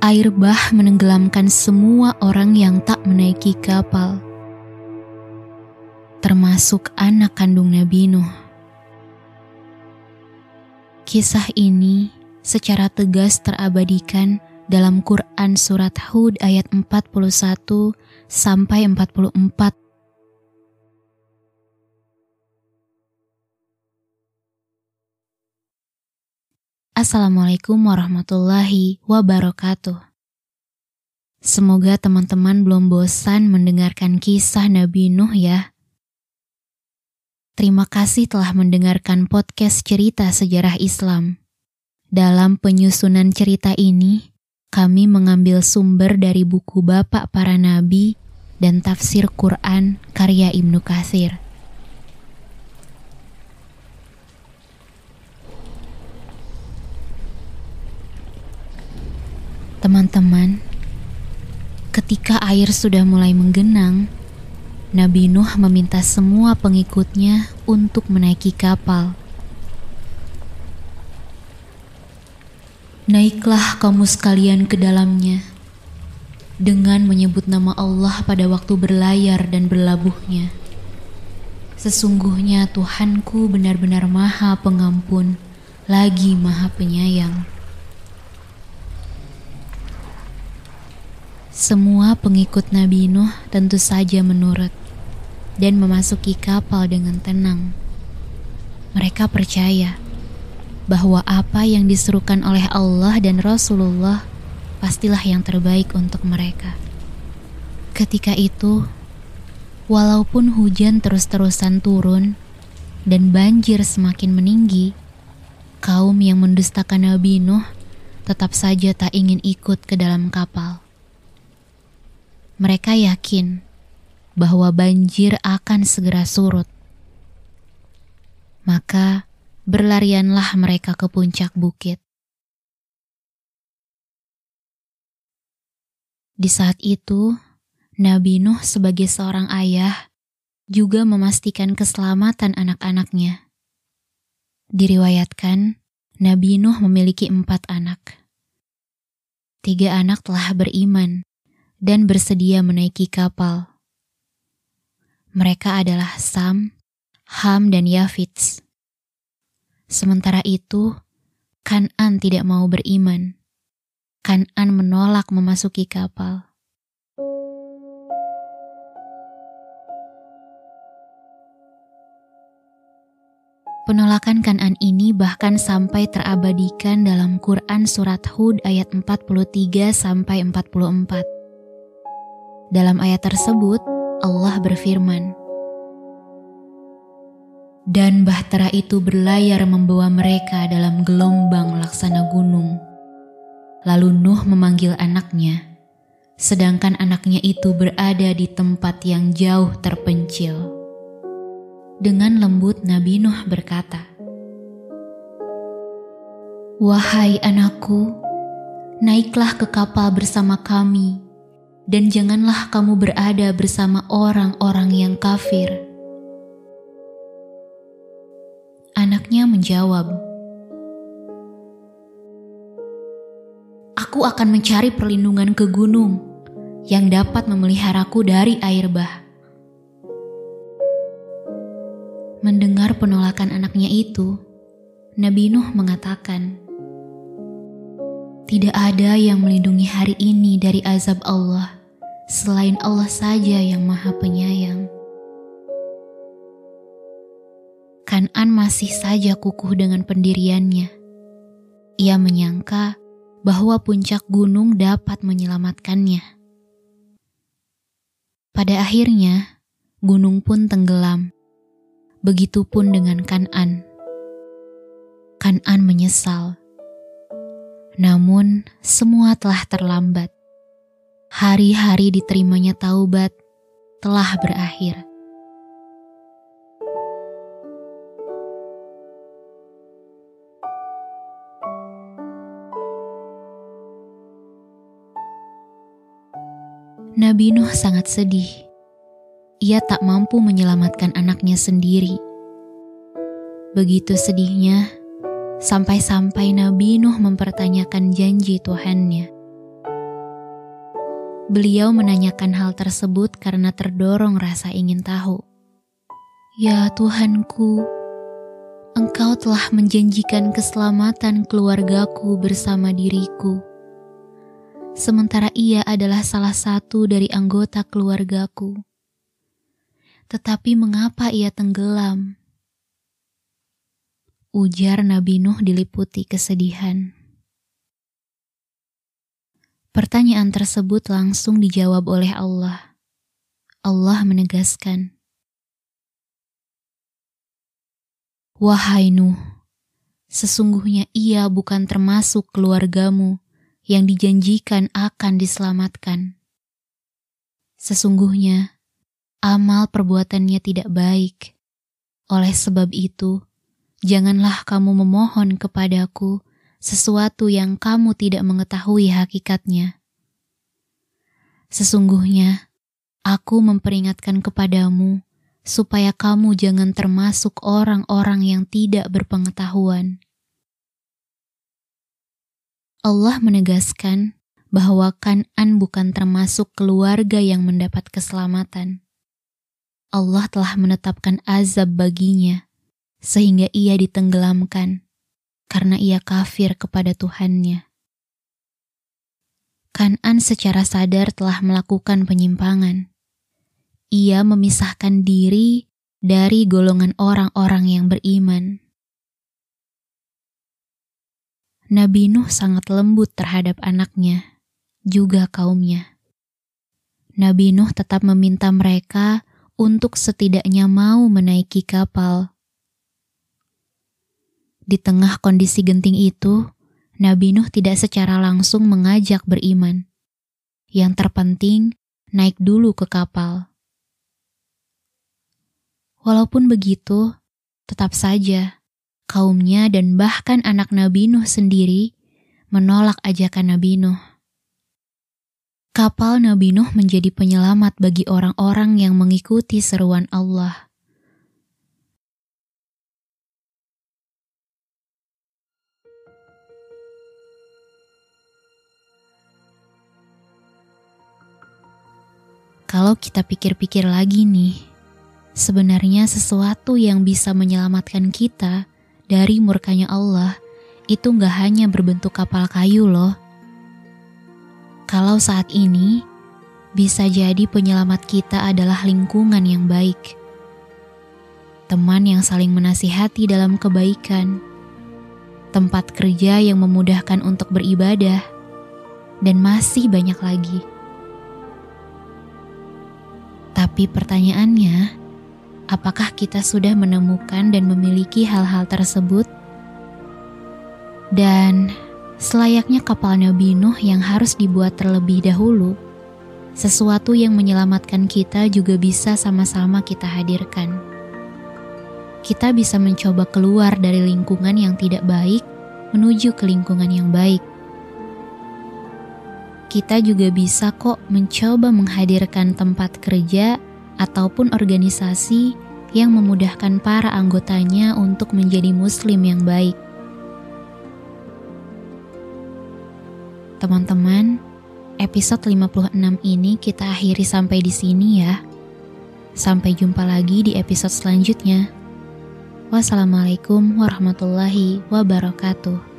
Air bah menenggelamkan semua orang yang tak menaiki kapal, termasuk anak kandung Nabi Nuh. Kisah ini secara tegas terabadikan dalam Quran Surat Hud ayat 41 sampai 44. Assalamualaikum warahmatullahi wabarakatuh. Semoga teman-teman belum bosan mendengarkan kisah Nabi Nuh ya. Terima kasih telah mendengarkan podcast cerita sejarah Islam. Dalam penyusunan cerita ini, kami mengambil sumber dari buku Bapak Para Nabi dan tafsir Quran karya Ibnu Katsir. Teman-teman, ketika air sudah mulai menggenang, Nabi Nuh meminta semua pengikutnya untuk menaiki kapal. Naiklah kamu sekalian ke dalamnya, dengan menyebut nama Allah pada waktu berlayar dan berlabuhnya. Sesungguhnya Tuhanku benar-benar Maha Pengampun, lagi Maha Penyayang. Semua pengikut Nabi Nuh tentu saja menurut dan memasuki kapal dengan tenang. Mereka percaya bahwa apa yang diserukan oleh Allah dan Rasulullah pastilah yang terbaik untuk mereka. Ketika itu, walaupun hujan terus-terusan turun dan banjir semakin meninggi, kaum yang mendustakan Nabi Nuh tetap saja tak ingin ikut ke dalam kapal. Mereka yakin bahwa banjir akan segera surut. Maka berlarianlah mereka ke puncak bukit. Di saat itu, Nabi Nuh sebagai seorang ayah juga memastikan keselamatan anak-anaknya. Diriwayatkan, Nabi Nuh memiliki 4 anak. 3 anak telah beriman dan bersedia menaiki kapal. Mereka adalah Sam, Ham, dan Yafits. Sementara itu, Kan'an tidak mau beriman. Kan'an menolak memasuki kapal. Penolakan Kan'an ini bahkan sampai terabadikan dalam Quran Surat Hud ayat 43 sampai 44. Dalam ayat tersebut, Allah berfirman, "Dan bahtera itu berlayar membawa mereka dalam gelombang laksana gunung. Lalu Nuh memanggil anaknya, sedangkan anaknya itu berada di tempat yang jauh terpencil. Dengan lembut Nabi Nuh berkata, 'Wahai anakku, naiklah ke kapal bersama kami, dan janganlah kamu berada bersama orang-orang yang kafir.' Anaknya menjawab, 'Aku akan mencari perlindungan ke gunung yang dapat memeliharaku dari air bah.' Mendengar penolakan anaknya itu, Nabi Nuh mengatakan, 'Tidak ada yang melindungi hari ini dari azab Allah, selain Allah saja yang Maha Penyayang.' Kan'an masih saja kukuh dengan pendiriannya. Ia menyangka bahwa puncak gunung dapat menyelamatkannya. Pada akhirnya, gunung pun tenggelam. Begitupun dengan Kan'an. Kan'an menyesal. Namun, semua telah terlambat. Hari-hari diterimanya taubat telah berakhir. Nabi Nuh sangat sedih. Ia tak mampu menyelamatkan anaknya sendiri. Begitu sedihnya, sampai-sampai Nabi Nuh mempertanyakan janji Tuhannya. Beliau menanyakan hal tersebut karena terdorong rasa ingin tahu. Ya Tuhanku, Engkau telah menjanjikan keselamatan keluargaku bersama diriku. Sementara ia adalah salah satu dari anggota keluargaku. Tetapi mengapa ia tenggelam? Ujar Nabi Nuh diliputi kesedihan. Pertanyaan tersebut langsung dijawab oleh Allah. Allah menegaskan, "Wahai Nuh, sesungguhnya ia bukan termasuk keluargamu yang dijanjikan akan diselamatkan. Sesungguhnya amal perbuatannya tidak baik. Oleh sebab itu, janganlah kamu memohon kepadaku sesuatu yang kamu tidak mengetahui hakikatnya. Sesungguhnya, aku memperingatkan kepadamu supaya kamu jangan termasuk orang-orang yang tidak berpengetahuan." Allah menegaskan bahwa Kan'an bukan termasuk keluarga yang mendapat keselamatan. Allah telah menetapkan azab baginya, sehingga ia ditenggelamkan karena ia kafir kepada Tuhannya. Kan'an secara sadar telah melakukan penyimpangan. Ia memisahkan diri dari golongan orang-orang yang beriman. Nabi Nuh sangat lembut terhadap anaknya, juga kaumnya. Nabi Nuh tetap meminta mereka untuk setidaknya mau menaiki kapal. Di tengah kondisi genting itu, Nabi Nuh tidak secara langsung mengajak beriman. Yang terpenting, naik dulu ke kapal. Walaupun begitu, tetap saja kaumnya dan bahkan anak Nabi Nuh sendiri menolak ajakan Nabi Nuh. Kapal Nabi Nuh menjadi penyelamat bagi orang-orang yang mengikuti seruan Allah. Kalau kita pikir-pikir lagi nih, sebenarnya sesuatu yang bisa menyelamatkan kita dari murkanya Allah itu gak hanya berbentuk kapal kayu loh. Kalau saat ini, bisa jadi penyelamat kita adalah lingkungan yang baik. Teman yang saling menasihati dalam kebaikan. Tempat kerja yang memudahkan untuk beribadah. Dan masih banyak lagi. Tapi pertanyaannya, apakah kita sudah menemukan dan memiliki hal-hal tersebut? Dan selayaknya kapal Nabi Nuh yang harus dibuat terlebih dahulu, sesuatu yang menyelamatkan kita juga bisa sama-sama kita hadirkan. Kita bisa mencoba keluar dari lingkungan yang tidak baik menuju ke lingkungan yang baik. Kita juga bisa kok mencoba menghadirkan tempat kerja ataupun organisasi yang memudahkan para anggotanya untuk menjadi muslim yang baik. Teman-teman, episode 56 ini kita akhiri sampai di sini ya. Sampai jumpa lagi di episode selanjutnya. Wassalamualaikum warahmatullahi wabarakatuh.